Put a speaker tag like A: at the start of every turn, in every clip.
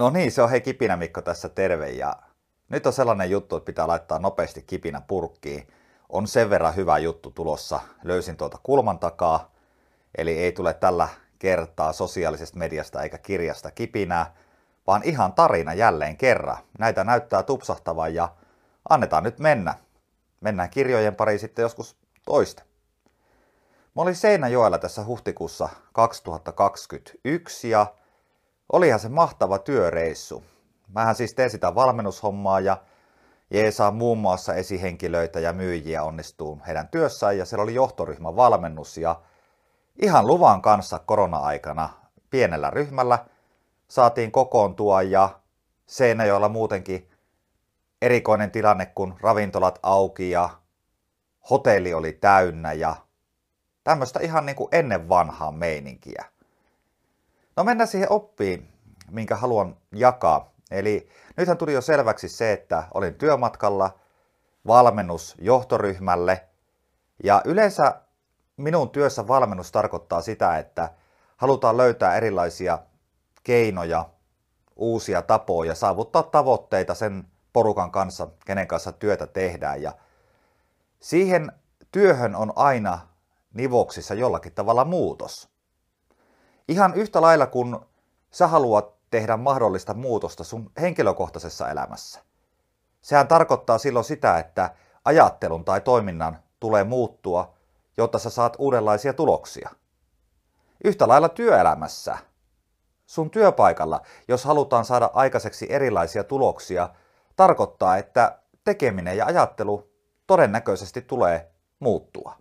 A: No niin, se on hei Kipinä Mikko tässä terve ja nyt on sellainen juttu, että pitää laittaa nopeasti kipinä purkkiin. On sen verran hyvä juttu tulossa, löysin tuolta kulman takaa, eli ei tule tällä kertaa sosiaalisesta mediasta eikä kirjasta kipinää, vaan ihan tarina jälleen kerran. Näitä näyttää tupsahtavan ja annetaan nyt mennä. Mennään kirjojen pariin sitten joskus toista. Mä olin Seinäjoella tässä huhtikuussa 2021 ja olihan se mahtava työreissu. Mähän siis teen sitä valmennushommaa ja jeesaa muun muassa esihenkilöitä ja myyjiä onnistuu heidän työssään ja siellä oli johtoryhmän valmennus ja ihan luvan kanssa korona-aikana pienellä ryhmällä saatiin kokoontua ja Seinäjoella muutenkin erikoinen tilanne, kun ravintolat auki ja hotelli oli täynnä ja tämmöistä ihan niin kuin ennen vanhaa meininkiä. No mennään siihen oppiin, minkä haluan jakaa. Eli nythän tuli jo selväksi se, että olin työmatkalla valmennus johtoryhmälle ja yleensä minun työssä valmennus tarkoittaa sitä, että halutaan löytää erilaisia keinoja, uusia tapoja saavuttaa tavoitteita sen porukan kanssa, kenen kanssa työtä tehdään ja siihen työhön on aina nivoksissa jollakin tavalla muutos. Ihan yhtä lailla kun sä haluat tehdä mahdollista muutosta sun henkilökohtaisessa elämässä. Sehän tarkoittaa silloin sitä, että ajattelun tai toiminnan tulee muuttua, jotta sä saat uudenlaisia tuloksia. Yhtä lailla työelämässä, sun työpaikalla, jos halutaan saada aikaiseksi erilaisia tuloksia, tarkoittaa, että tekeminen ja ajattelu todennäköisesti tulee muuttua.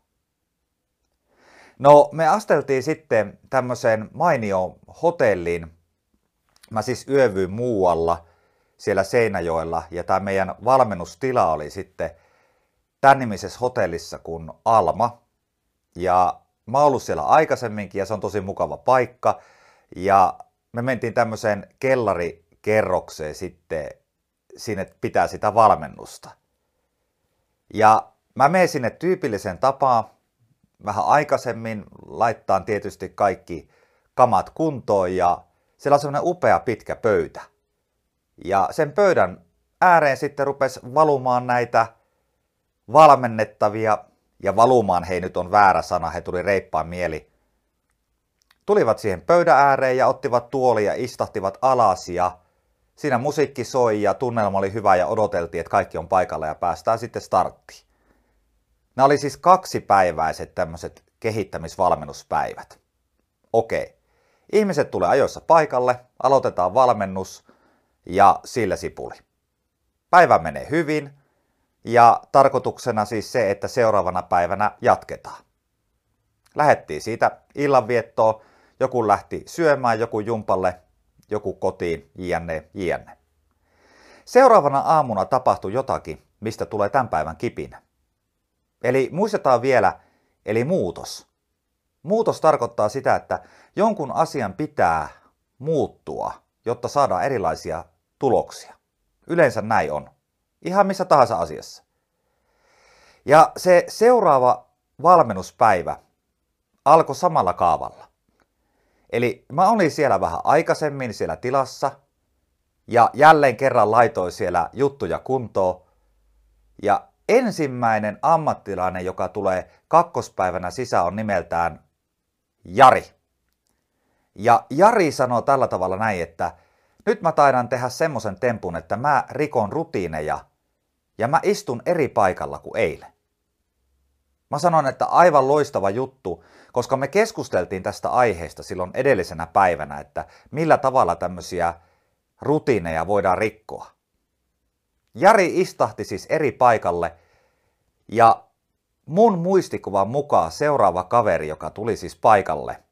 A: No, me asteltiin sitten tämmöiseen mainioon hotelliin. Mä siis yövyin muualla siellä Seinäjoella ja tämä meidän valmennustila oli sitten tämän nimisessä hotellissa kuin Alma. Ja mä oon ollut siellä aikaisemminkin ja se on tosi mukava paikka. Ja me mentiin tämmöiseen kellarikerrokseen sitten sinne pitää sitä valmennusta. Ja mä menen sinne tyypilliseen tapaan vähän aikaisemmin, laittaa tietysti kaikki kamat kuntoon ja siellä on semmoinen upea pitkä pöytä. Ja sen pöydän ääreen sitten rupesi valumaan näitä valmennettavia, ja valumaan hei nyt on väärä sana, he tuli reippaan mieli. Tulivat siihen pöydän ääreen ja ottivat tuolia ja istahtivat alas ja siinä musiikki soi ja tunnelma oli hyvä ja odoteltiin, että kaikki on paikalla ja päästään sitten starttiin. Nämä oli siis 2-päiväiset tämmöiset kehittämisvalmennuspäivät. Okei. Ihmiset tulee ajoissa paikalle, aloitetaan valmennus ja sillä sipuli. Päivä menee hyvin ja tarkoituksena siis se, että seuraavana päivänä jatketaan. Lähettiin siitä illanviettoon, joku lähti syömään, joku jumpalle, joku kotiin, jne. Seuraavana aamuna tapahtui jotakin, mistä tulee tämän päivän kipinä. Eli muistetaan vielä, eli muutos. Muutos tarkoittaa sitä, että jonkun asian pitää muuttua, jotta saadaan erilaisia tuloksia. Yleensä näin on. Ihan missä tahansa asiassa. Ja se seuraava valmennuspäivä alkoi samalla kaavalla. Eli mä olin siellä vähän aikaisemmin siellä tilassa ja jälleen kerran laitoin siellä juttuja kuntoon. Ja ensimmäinen ammattilainen, joka tulee kakkospäivänä sisään, on nimeltään Jari. Ja Jari sanoo tällä tavalla näin, että nyt mä taidan tehdä semmoisen tempun, että mä rikon rutiineja ja mä istun eri paikalla kuin eilen. Mä sanon, että aivan loistava juttu, koska me keskusteltiin tästä aiheesta silloin edellisenä päivänä, että millä tavalla tämmöisiä rutiineja voidaan rikkoa. Jari istahti siis eri paikalle ja mun muistikuvan mukaan seuraava kaveri, joka tuli siis paikalle,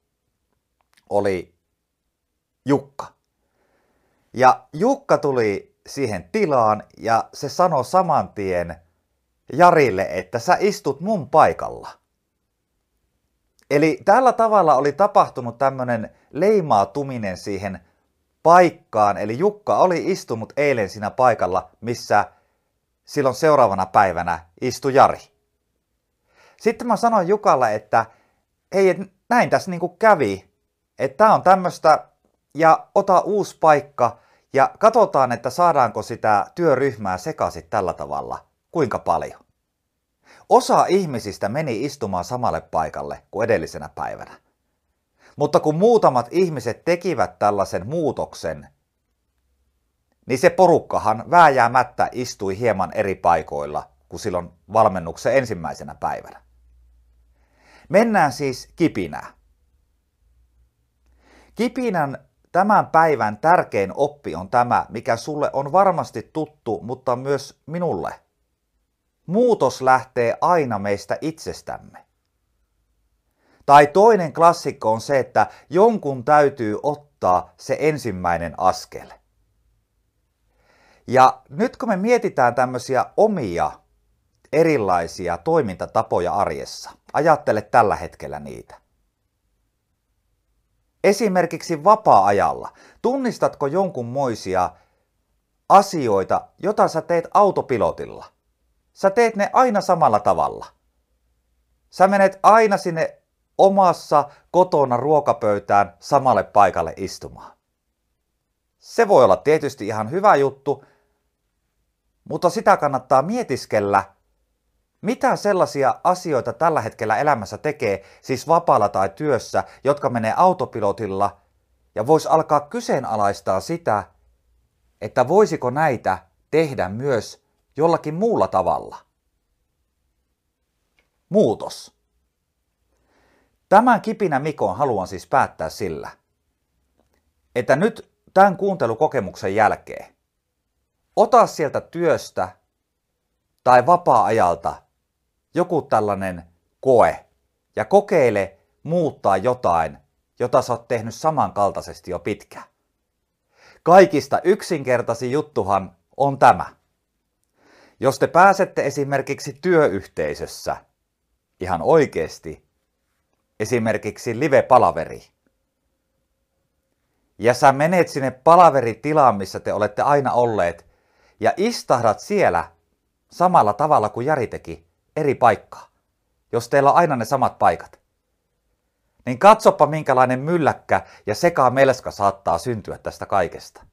A: oli Jukka. Ja Jukka tuli siihen tilaan ja se sanoi saman tien Jarille, että sä istut mun paikalla. Eli tällä tavalla oli tapahtunut tämmöinen leimautuminen siihen paikkaan. Eli Jukka oli istunut eilen siinä paikalla, missä silloin seuraavana päivänä istui Jari. Sitten mä sanoin Jukalle, että hei, näin tässä niinku kävi, että tää on tämmöistä ja ota uusi paikka Ja katsotaan, että saadaanko sitä työryhmää sekaisin tällä tavalla. Kuinka paljon? Osa ihmisistä meni istumaan samalle paikalle kuin edellisenä päivänä. Mutta kun muutamat ihmiset tekivät tällaisen muutoksen, niin se porukkahan vääjäämättä istui hieman eri paikoilla kuin silloin valmennuksen ensimmäisenä päivänä. Mennään siis kipinään. Kipinän tämän päivän tärkein oppi on tämä, mikä sulle on varmasti tuttu, mutta myös minulle. Muutos lähtee aina meistä itsestämme. Tai toinen klassikko on se, että jonkun täytyy ottaa se ensimmäinen askel. Ja nyt kun me mietitään tämmöisiä omia erilaisia toimintatapoja arjessa, ajattele tällä hetkellä niitä. Esimerkiksi vapaa-ajalla, tunnistatko jonkunmoisia asioita, jota sä teet autopilotilla? Sä teet ne aina samalla tavalla. Sä menet aina sinne omassa kotona ruokapöytään samalle paikalle istumaan. Se voi olla tietysti ihan hyvä juttu, mutta sitä kannattaa mietiskellä, mitä sellaisia asioita tällä hetkellä elämässä tekee, siis vapaalla tai työssä, jotka menee autopilotilla, ja voisi alkaa kyseenalaistaa sitä, että voisiko näitä tehdä myös jollakin muulla tavalla. Muutos. Tämän kipinä Mikon haluan siis päättää sillä, että nyt tämän kuuntelukokemuksen jälkeen ota sieltä työstä tai vapaa-ajalta joku tällainen koe ja kokeile muuttaa jotain, jota sä oot tehnyt samankaltaisesti jo pitkään. Kaikista yksinkertaisin juttuhan on tämä. Jos te pääsette esimerkiksi työyhteisössä ihan oikeasti esimerkiksi live-palaveriin, ja sä menet sinne palaveritilaan, missä te olette aina olleet, ja istahdat siellä samalla tavalla kuin Jari teki eri paikkaa, jos teillä on aina ne samat paikat, niin katsoppa minkälainen mylläkkä ja sekamelska saattaa syntyä tästä kaikesta.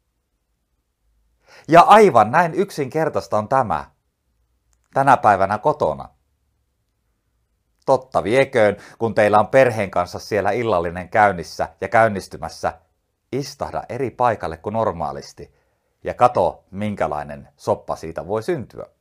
A: Ja aivan näin yksinkertaista on tämä tänä päivänä kotona. Totta vieköön, kun teillä on perheen kanssa siellä illallinen käynnissä ja käynnistymässä, istahda eri paikalle kuin normaalisti ja kato minkälainen soppa siitä voi syntyä.